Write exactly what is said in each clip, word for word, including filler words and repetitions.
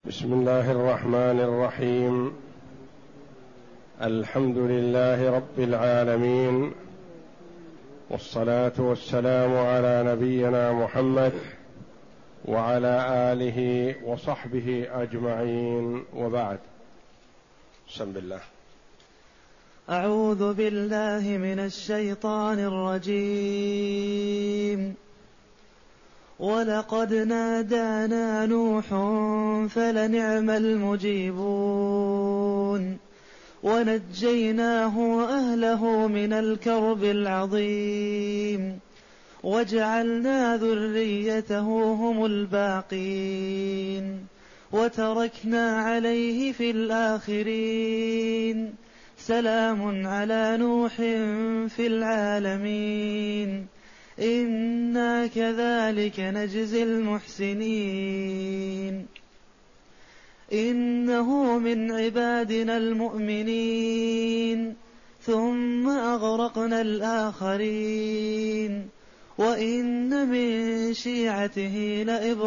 بسم الله الرحمن الرحيم. الحمد لله رب العالمين، والصلاة والسلام على نبينا محمد وعلى آله وصحبه أجمعين، وبعد. بسم الله. أعوذ بالله من الشيطان الرجيم. ولقد نادانا نوح فلنعم المجيبون ونجيناه وأهله من الكرب العظيم وجعلنا ذريته هم الباقين وتركنا عليه في الآخرين. سلام على نوح في العالمين إنا كذلك نجزي المحسنين. إنه من عبادنا المؤمنين ثم أغرقنا الآخرين. وإن من شيعته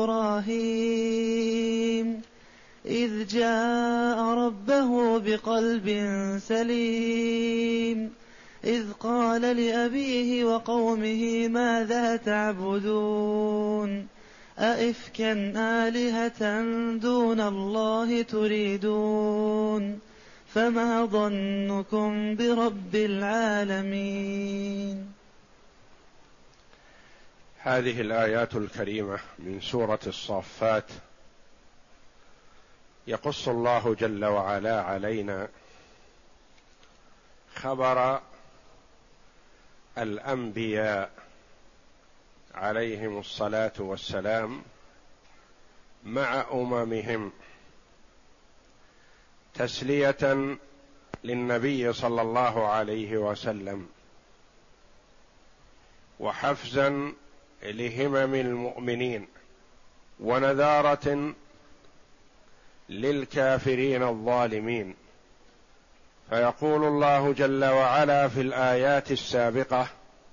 لإبراهيم إذ جاء ربه بقلب سليم إذ قال لأبيه وقومه ماذا تعبدون أئفكا آلهة دون الله تريدون فما ظنكم برب العالمين. هذه الآيات الكريمة من سورة الصافات يقص الله جل وعلا علينا خبر الأنبياء عليهم الصلاة والسلام مع أممهم، تسلية للنبي صلى الله عليه وسلم وحفزا لهمم المؤمنين ونذارة للكافرين الظالمين. فيقول الله جل وعلا في الآيات السابقة: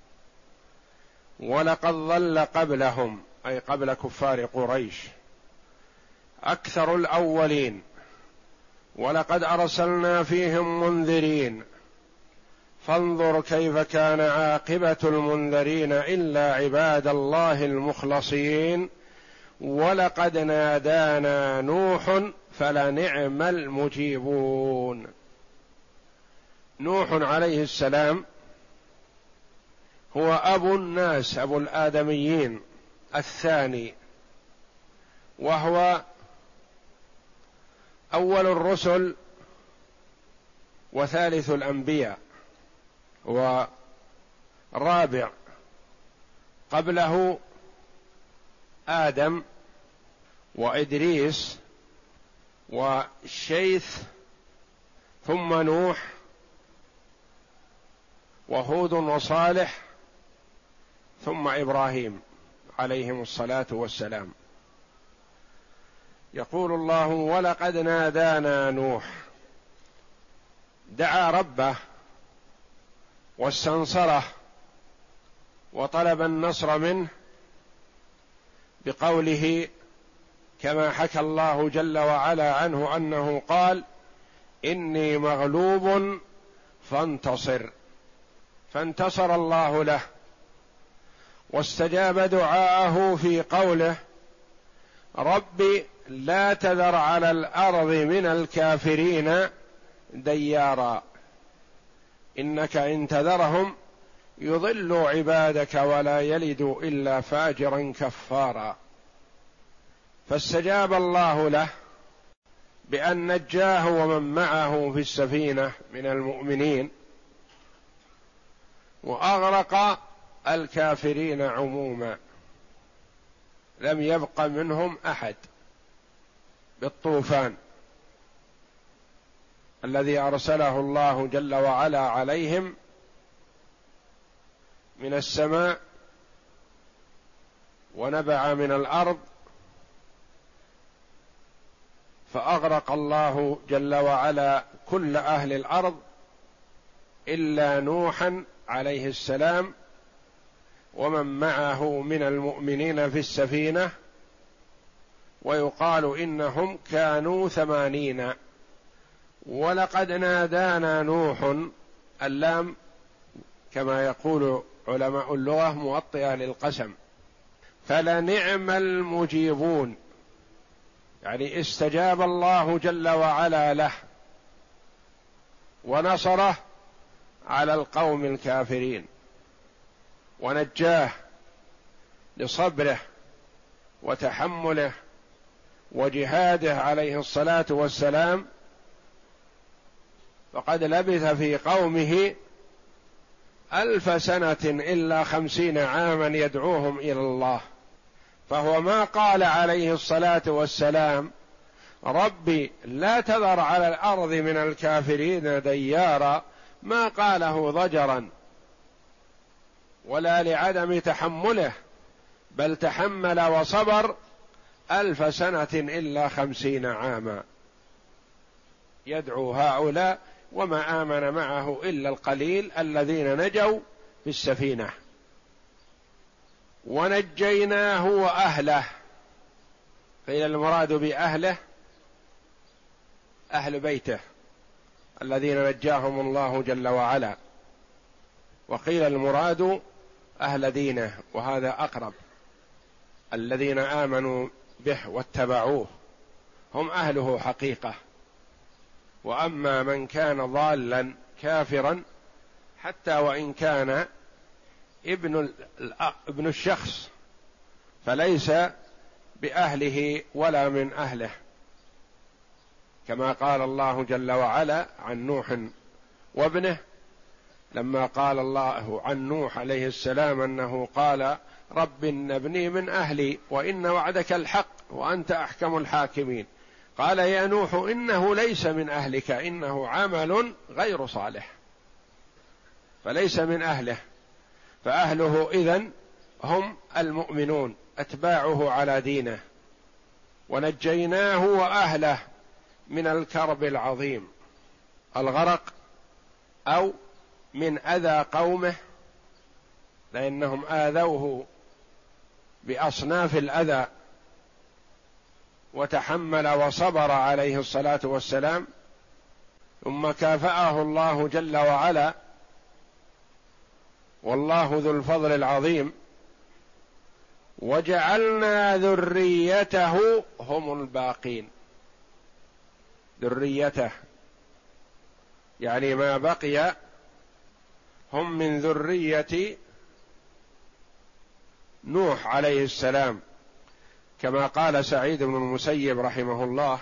ولقد ضل قبلهم، أي قبل كفار قريش، أكثر الأولين، ولقد أرسلنا فيهم منذرين فانظر كيف كان عاقبة المنذرين إلا عباد الله المخلصين ولقد نادانا نوح فلنعم المجيبون. نوح عليه السلام هو أبو الناس، أبو الآدميين الثاني، وهو أول الرسل وثالث الأنبياء ورابع. قبله آدم وإدريس وشيث ثم نوح وهود وصالح ثم إبراهيم عليهم الصلاة والسلام. يقول الله: ولقد نادانا نوح، دعا ربه واستنصره وطلب النصر منه بقوله كما حكى الله جل وعلا عنه أنه قال: إني مغلوب فانتصر، فانتصر الله له واستجاب دعاءه في قوله: رب لا تذر على الأرض من الكافرين ديارا إنك إن تذرهم يضلوا عبادك ولا يلدوا إلا فاجرا كفارا. فاستجاب الله له بأن نجاه ومن معه في السفينة من المؤمنين وأغرق الكافرين عموما، لم يبق منهم أحد بالطوفان الذي أرسله الله جل وعلا عليهم من السماء ونبع من الأرض، فأغرق الله جل وعلا كل أهل الأرض إلا نوحا عليه السلام ومن معه من المؤمنين في السفينة ويقال إنهم كانوا ثمانين. ولقد نادانا نوح، اللام كما يقول علماء اللغة موطئة للقسم، فلنعم المجيبون، يعني استجاب الله جل وعلا له ونصره على القوم الكافرين ونجاه لصبره وتحمله وجهاده عليه الصلاة والسلام، فقد لبث في قومه ألف سنة إلا خمسين عاما يدعوهم إلى الله. فهو ما قال عليه الصلاة والسلام ربي لا تذر على الأرض من الكافرين ديارا، ما قاله ضجرا ولا لعدم تحمله، بل تحمل وصبر ألف سنة إلا خمسين عاما يدعو هؤلاء، وما آمن معه إلا القليل الذين نجوا في السفينة. ونجيناه وأهله، قيل المراد بأهله أهل بيته الذين نجاهم الله جل وعلا، وقيل المراد أهل دينه، وهذا أقرب، الذين آمنوا به واتبعوه هم أهله حقيقة. وأما من كان ضالا كافرا حتى وإن كان ابن ابن الشخص فليس بأهله ولا من أهله، كما قال الله جل وعلا عن نوح وابنه، لما قال الله عن نوح عليه السلام أنه قال رب إن ابني من أهلي وإن وعدك الحق وأنت أحكم الحاكمين، قال يا نوح إنه ليس من أهلك إنه عمل غير صالح، فليس من أهله. فأهله إذن هم المؤمنون أتباعه على دينه. ونجيناه وأهله من الكرب العظيم، الغرق، أو من أذى قومه، لأنهم آذوه بأصناف الأذى وتحمل وصبر عليه الصلاة والسلام، ثم كافأه الله جل وعلا، والله ذو الفضل العظيم، وجعلنا ذريته هم الباقين. ذريته يعني ما بقي هم من ذرية نوح عليه السلام، كما قال سعيد بن المسيب رحمه الله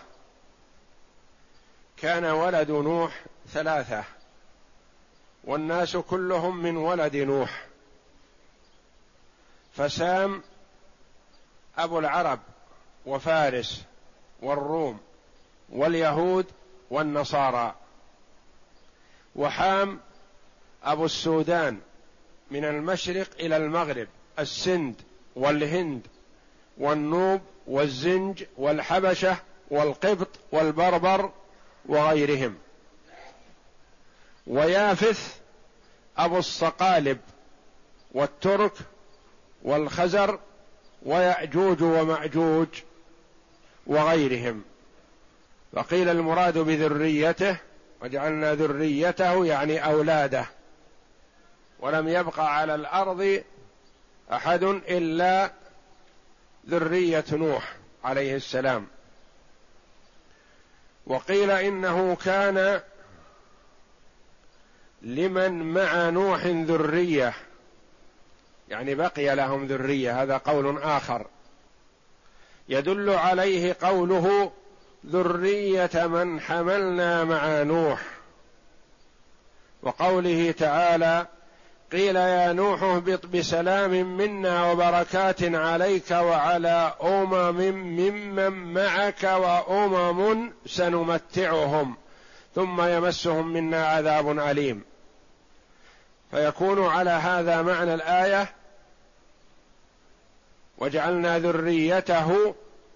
كان ولد نوح ثلاثة والناس كلهم من ولد نوح، فسام أبو العرب وفارس والروم واليهود والنصارى، وحام أبو السودان من المشرق إلى المغرب، السند والهند والنوب والزنج والحبشة والقبط والبربر وغيرهم، ويافث أبو الصقالب والترك والخزر ويأجوج ومأجوج وغيرهم. فقيل المراد بذريته وجعلنا ذريته يعني أولاده، ولم يبقى على الأرض أحد إلا ذرية نوح عليه السلام. وقيل إنه كان لمن مع نوح ذرية، يعني بقي لهم ذرية، هذا قول آخر يدل عليه قوله ذرية من حملنا مع نوح، وقوله تعالى قيل يا نوح اهبط بسلام منا وبركات عليك وعلى أمم ممن معك وأمم سنمتعهم ثم يمسهم منا عذاب أليم. فيكون على هذا معنى الآية وجعلنا ذريته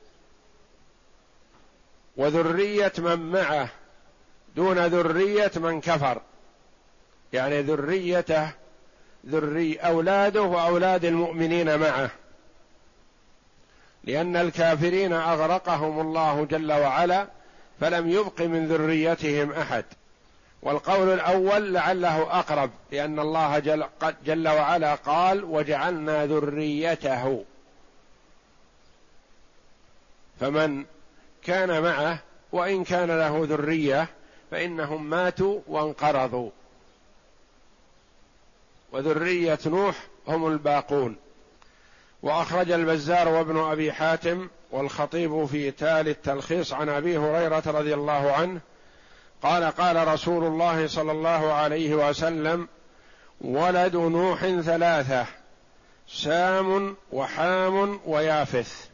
وذرية من معه دون ذرية من كفر، يعني ذريته ذري أولاده وأولاد المؤمنين معه. لأن الكافرين أغرقهم الله جل وعلا فلم يبق من ذريتهم أحد. والقول الأول لعله أقرب، لأن الله جل, جل وعلا قال وجعلنا ذريته، فمن كان معه وإن كان له ذرية فإنهم ماتوا وانقرضوا، وذرية نوح هم الباقون. وأخرج البزار وابن أبي حاتم والخطيب في تالي التلخيص عن أبي هريرة رضي الله عنه قال قال رسول الله صلى الله عليه وسلم: ولد نوح ثلاثة: سام وحام ويافث.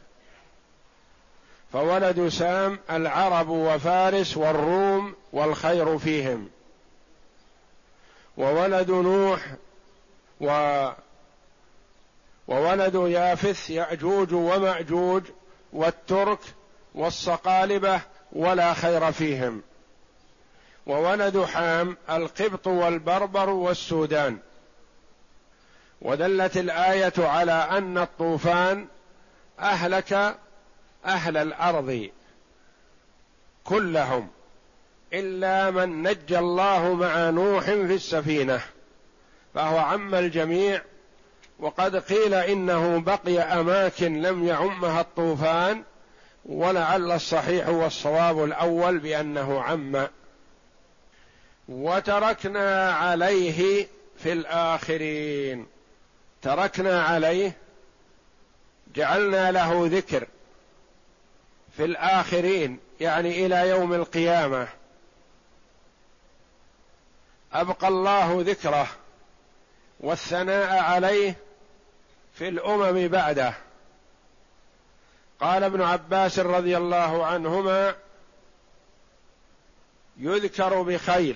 فولد سام العرب وفارس والروم والخير فيهم، وولد نوح و وولد يافث يأجوج ومأجوج والترك والصقالبة ولا خير فيهم، وولد حام القبط والبربر والسودان. ودلت الآية على أن الطوفان أهلك أهل الأرض كلهم إلا من نجى الله مع نوح في السفينة، فهو عم الجميع. وقد قيل إنه بقي أماكن لم يعمها الطوفان، ولعل الصحيح والصواب الأول بأنه عم. وتركنا عليه في الآخرين، تركنا عليه جعلنا له ذكر في الآخرين، يعني إلى يوم القيامة أبقى الله ذكره والثناء عليه في الأمم بعده. قال ابن عباس رضي الله عنهما: يذكر بخير،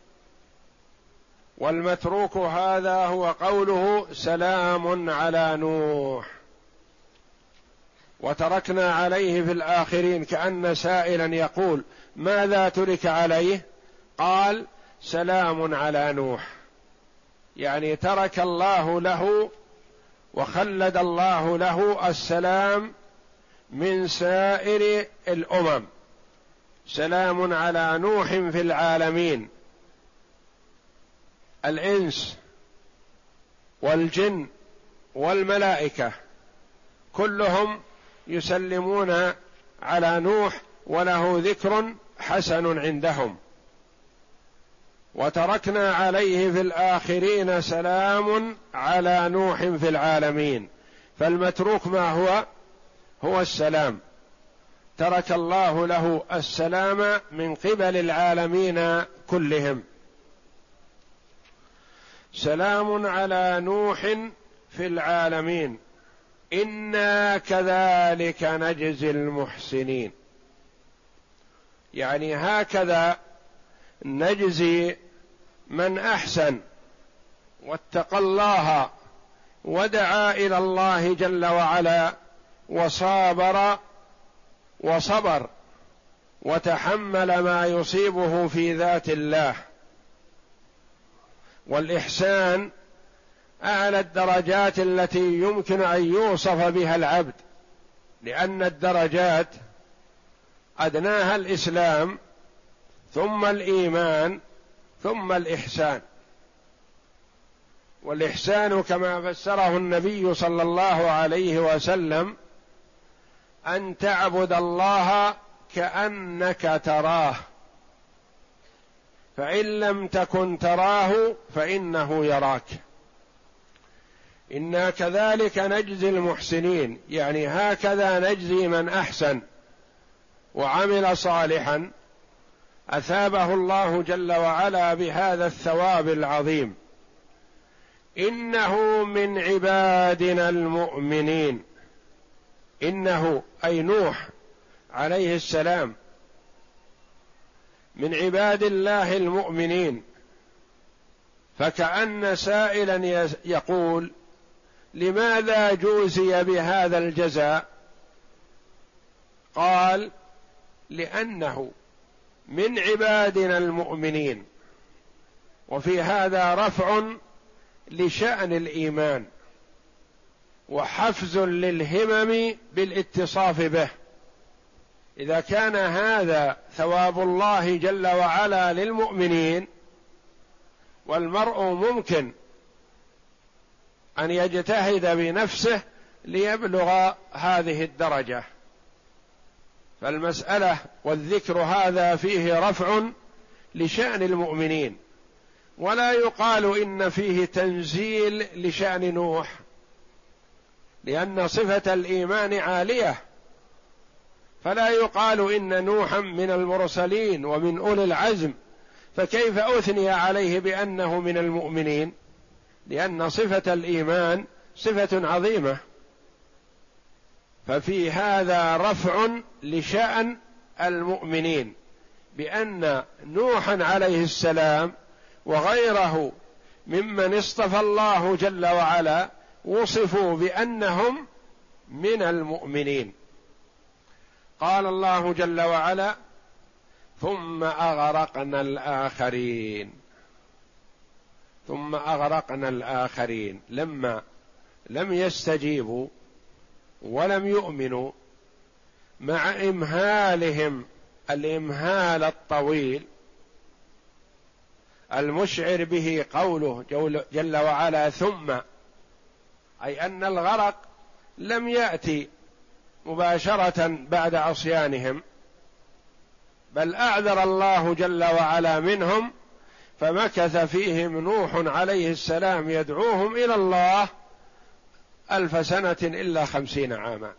والمتروك هذا هو قوله سلام على نوح. وتركنا عليه في الآخرين، كأن سائلا يقول: ماذا ترك عليه؟ قال: سلام على نوح، يعني ترك الله له وخلد الله له السلام من سائر الأمم. سلام على نوح في العالمين، الإنس والجن والملائكة كلهم يسلمون على نوح وله ذكر حسن عندهم. وتركنا عليه في الآخرين سلام على نوح في العالمين، فالمتروك ما هو؟ هو السلام، ترك الله له السلام من قبل العالمين كلهم. سلام على نوح في العالمين إنا كذلك نجزي المحسنين، يعني هكذا نجزي من أحسن واتقى الله ودعا إلى الله جل وعلا وصابر وصبر وتحمل ما يصيبه في ذات الله. والإحسان أعلى الدرجات التي يمكن أن يوصف بها العبد، لأن الدرجات أدناها الإسلام ثم الإيمان ثم الإحسان. والإحسان كما فسره النبي صلى الله عليه وسلم أن تعبد الله كأنك تراه، فإن لم تكن تراه فإنه يراك. إنا كذلك نجزي المحسنين، يعني هكذا نجزي من أحسن وعمل صالحا أثابه الله جل وعلا بهذا الثواب العظيم. إنه من عبادنا المؤمنين، إنه أي نوح عليه السلام من عباد الله المؤمنين. فكأن سائلا يقول: لماذا جوزي بهذا الجزاء؟ قال: لأنه من عبادنا المؤمنين. وفي هذا رفع لشأن الإيمان، وحفز للهمم بالاتصاف به. إذا كان هذا ثواب الله جل وعلا للمؤمنين، والمرء ممكن أن يجتهد بنفسه ليبلغ هذه الدرجة، فالمسألة والذكر هذا فيه رفع لشأن المؤمنين، ولا يقال إن فيه تنزيل لشأن نوح، لأن صفة الإيمان عالية، فلا يقال إن نوحا من المرسلين ومن أولي العزم، فكيف أثني عليه بأنه من المؤمنين؟ لأن صفة الإيمان صفة عظيمة، ففي هذا رفع لشأن المؤمنين، بأن نوحا عليه السلام وغيره ممن اصطفى الله جل وعلا وصفوا بأنهم من المؤمنين. قال الله جل وعلا: ثم أغرقنا الآخرين. ثم أغرقنا الآخرين، لما لم يستجيبوا ولم يؤمنوا مع إمهالهم الإمهال الطويل المشعر به قوله جل وعلا ثم، أي أن الغرق لم يأتي مباشرة بعد عصيانهم، بل أعذر الله جل وعلا منهم، فمكث فيهم نوح عليه السلام يدعوهم إلى الله ألف سنة إلا خمسين عاما.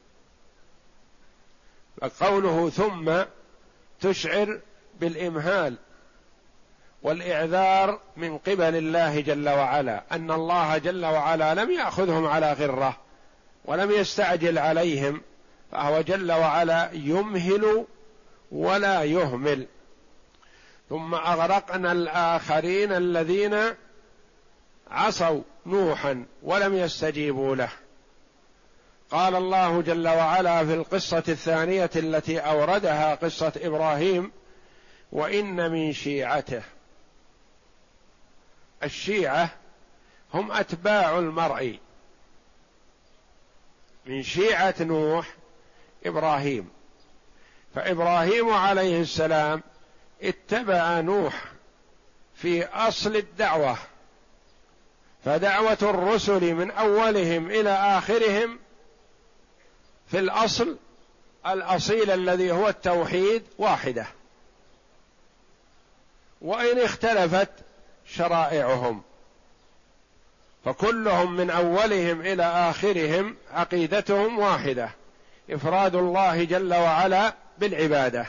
فقوله ثم تشعر بالإمهال والإعذار من قبل الله جل وعلا، أن الله جل وعلا لم يأخذهم على غرة ولم يستعجل عليهم، فهو جل وعلا يمهل ولا يهمل. ثم أغرقنا الآخرين الذين عصوا نوحا ولم يستجيبوا له. قال الله جل وعلا في القصة الثانية التي أوردها، قصة إبراهيم: وإن من شيعته. الشيعة هم أتباع المرء، من شيعة نوح إبراهيم، فإبراهيم عليه السلام اتبع نوح في أصل الدعوة، فدعوة الرسل من أولهم إلى آخرهم في الأصل الأصيل الذي هو التوحيد واحدة، وإن اختلفت شرائعهم، فكلهم من أولهم إلى آخرهم عقيدتهم واحدة، إفراد الله جل وعلا بالعبادة،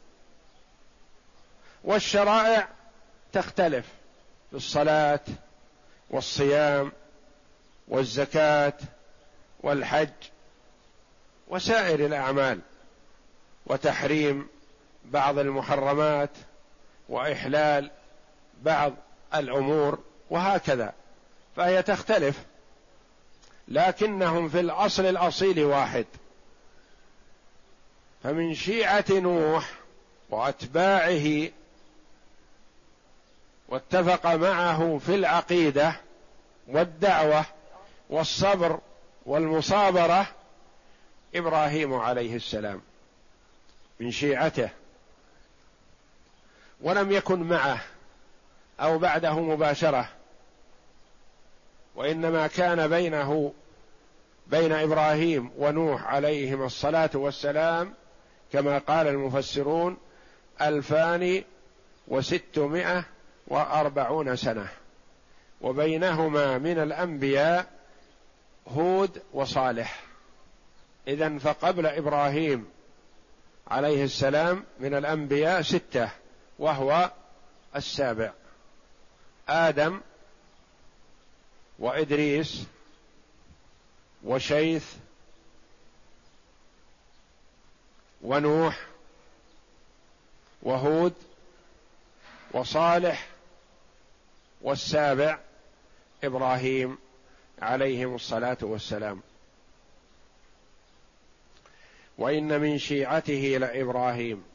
والشرائع تختلف في الصلاة والصيام والزكاة والحج وسائر الأعمال، وتحريم بعض المحرمات وإحلال بعض الأمور، وهكذا، فهي تختلف، لكنهم في الأصل الأصيل واحد. فمن شيعة نوح وأتباعه واتفق معه في العقيدة والدعوة والصبر والمصابرة إبراهيم عليه السلام من شيعته، ولم يكن معه أو بعده مباشرة، وإنما كان بينه بين إبراهيم ونوح عليهما الصلاة والسلام كما قال المفسرون ألفان وستمائة وأربعون سنة، وبينهما من الأنبياء هود وصالح. إذن فقبل إبراهيم عليه السلام من الأنبياء ستة، وهو السابع: آدم وإدريس وشيث ونوح وهود وصالح، والسابع إبراهيم عليهم الصلاة والسلام. وإن من شيعته لإبراهيم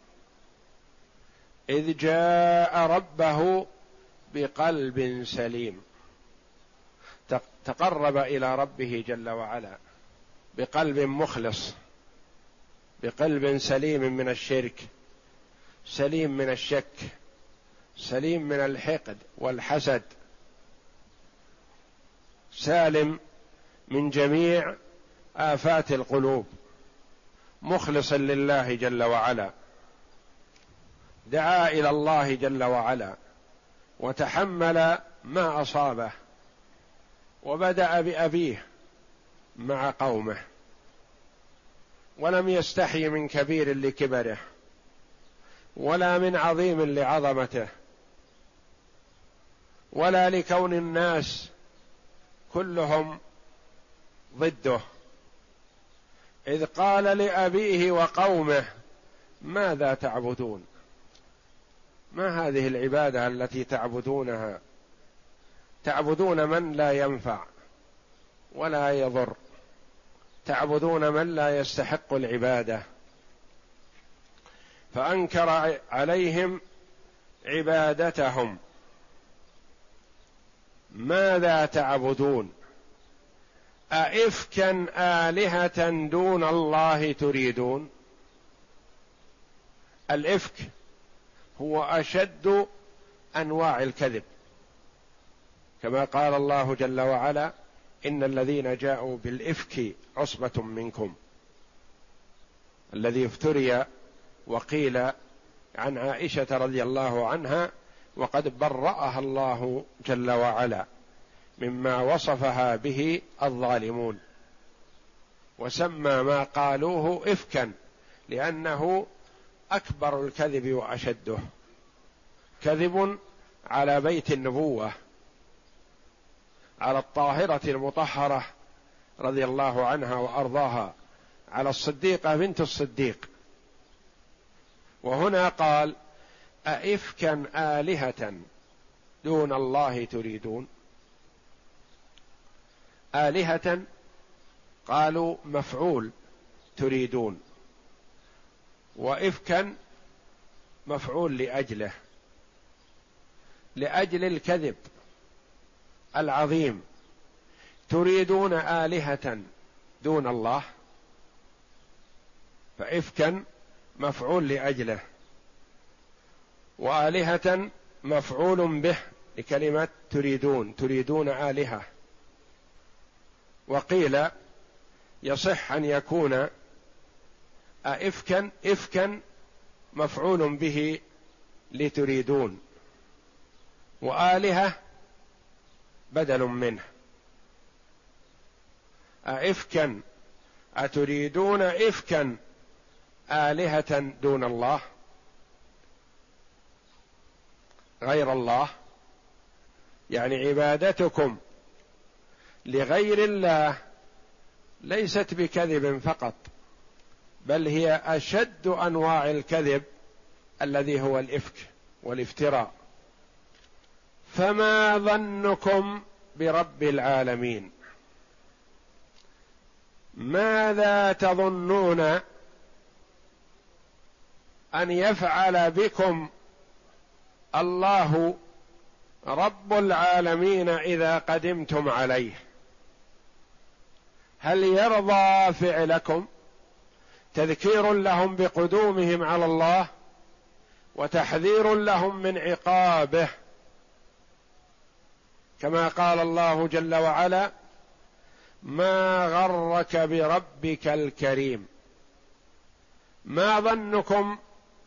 إذ جاء ربه بقلب سليم. تقرب إلى ربه جل وعلا بقلب مخلص، بقلب سليم من الشرك، سليم من الشك، سليم من الحقد والحسد، سالم من جميع آفات القلوب، مخلص لله جل وعلا، دعا إلى الله جل وعلا وتحمل ما أصابه، وبدأ بأبيه مع قومه، ولم يستحي من كبير لكبره ولا من عظيم لعظمته، ولا لكون الناس كلهم ضده، إذ قال لأبيه وقومه ماذا تعبدون؟ ما هذه العبادة التي تعبدونها؟ تعبدون من لا ينفع ولا يضر، تعبدون من لا يستحق العبادة. فأنكر عليهم عبادتهم. ماذا تعبدون؟ أئفكا آلهة دون الله تريدون؟ الإفك هو أشد أنواع الكذب، كما قال الله جل وعلا: إن الذين جاءوا بالإفك عصبة منكم، الذي افتري وقيل عن عائشة رضي الله عنها، وقد برأها الله جل وعلا مما وصفها به الظالمون، وسمى ما قالوه إفكا لأنه أكبر الكذب وأشده، كذب على بيت النبوة، على الطاهرة المطهرة رضي الله عنها وأرضاها، على الصديقة بنت الصديق. وهنا قال: أئفكا آلهة دون الله تريدون؟ آلهة قالوا مفعول تريدون، وإفكا مفعول لأجله، لأجل الكذب العظيم. تريدون آلهة دون الله، فإفكا مفعول لأجله، وآلهة مفعول به لكلمة تريدون، تريدون آلهة. وقيل يصح أن يكون أئفكا إفكا مفعول به لتريدون، وآلهة بدل منه. أئفكا أتريدون إفكا آلهة دون الله، غير الله، يعني عبادتكم لغير الله ليست بكذب فقط، بل هي أشد أنواع الكذب الذي هو الإفك والافتراء. فما ظنكم برب العالمين؟ ماذا تظنون أن يفعل بكم الله رب العالمين إذا قدمتم عليه؟ هل يرضى فعلكم؟ تذكير لهم بقدومهم على الله، وتحذير لهم من عقابه، كما قال الله جل وعلا: ما غرك بربك الكريم. ما ظنكم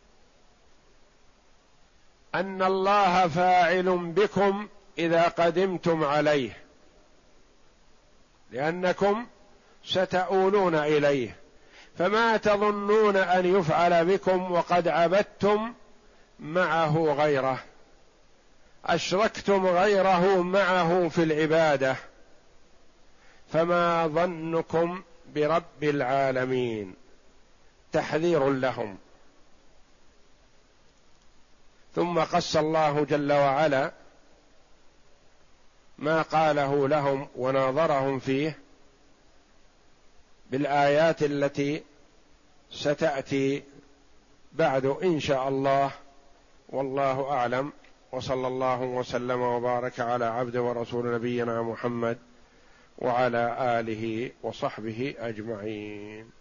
أن الله فاعل بكم إذا قدمتم عليه، لأنكم ستؤولون إليه، فما تظنون أن يفعل بكم وقد عبدتم معه غيره، أشركتم غيره معه في العبادة. فما ظنكم برب العالمين، تحذير لهم. ثم قص الله جل وعلا ما قاله لهم وناظرهم فيه بالآيات التي ستأتي بعد إن شاء الله، والله أعلم. وصلى الله وسلم وبارك على عبد ورسول نبينا محمد وعلى اله وصحبه اجمعين.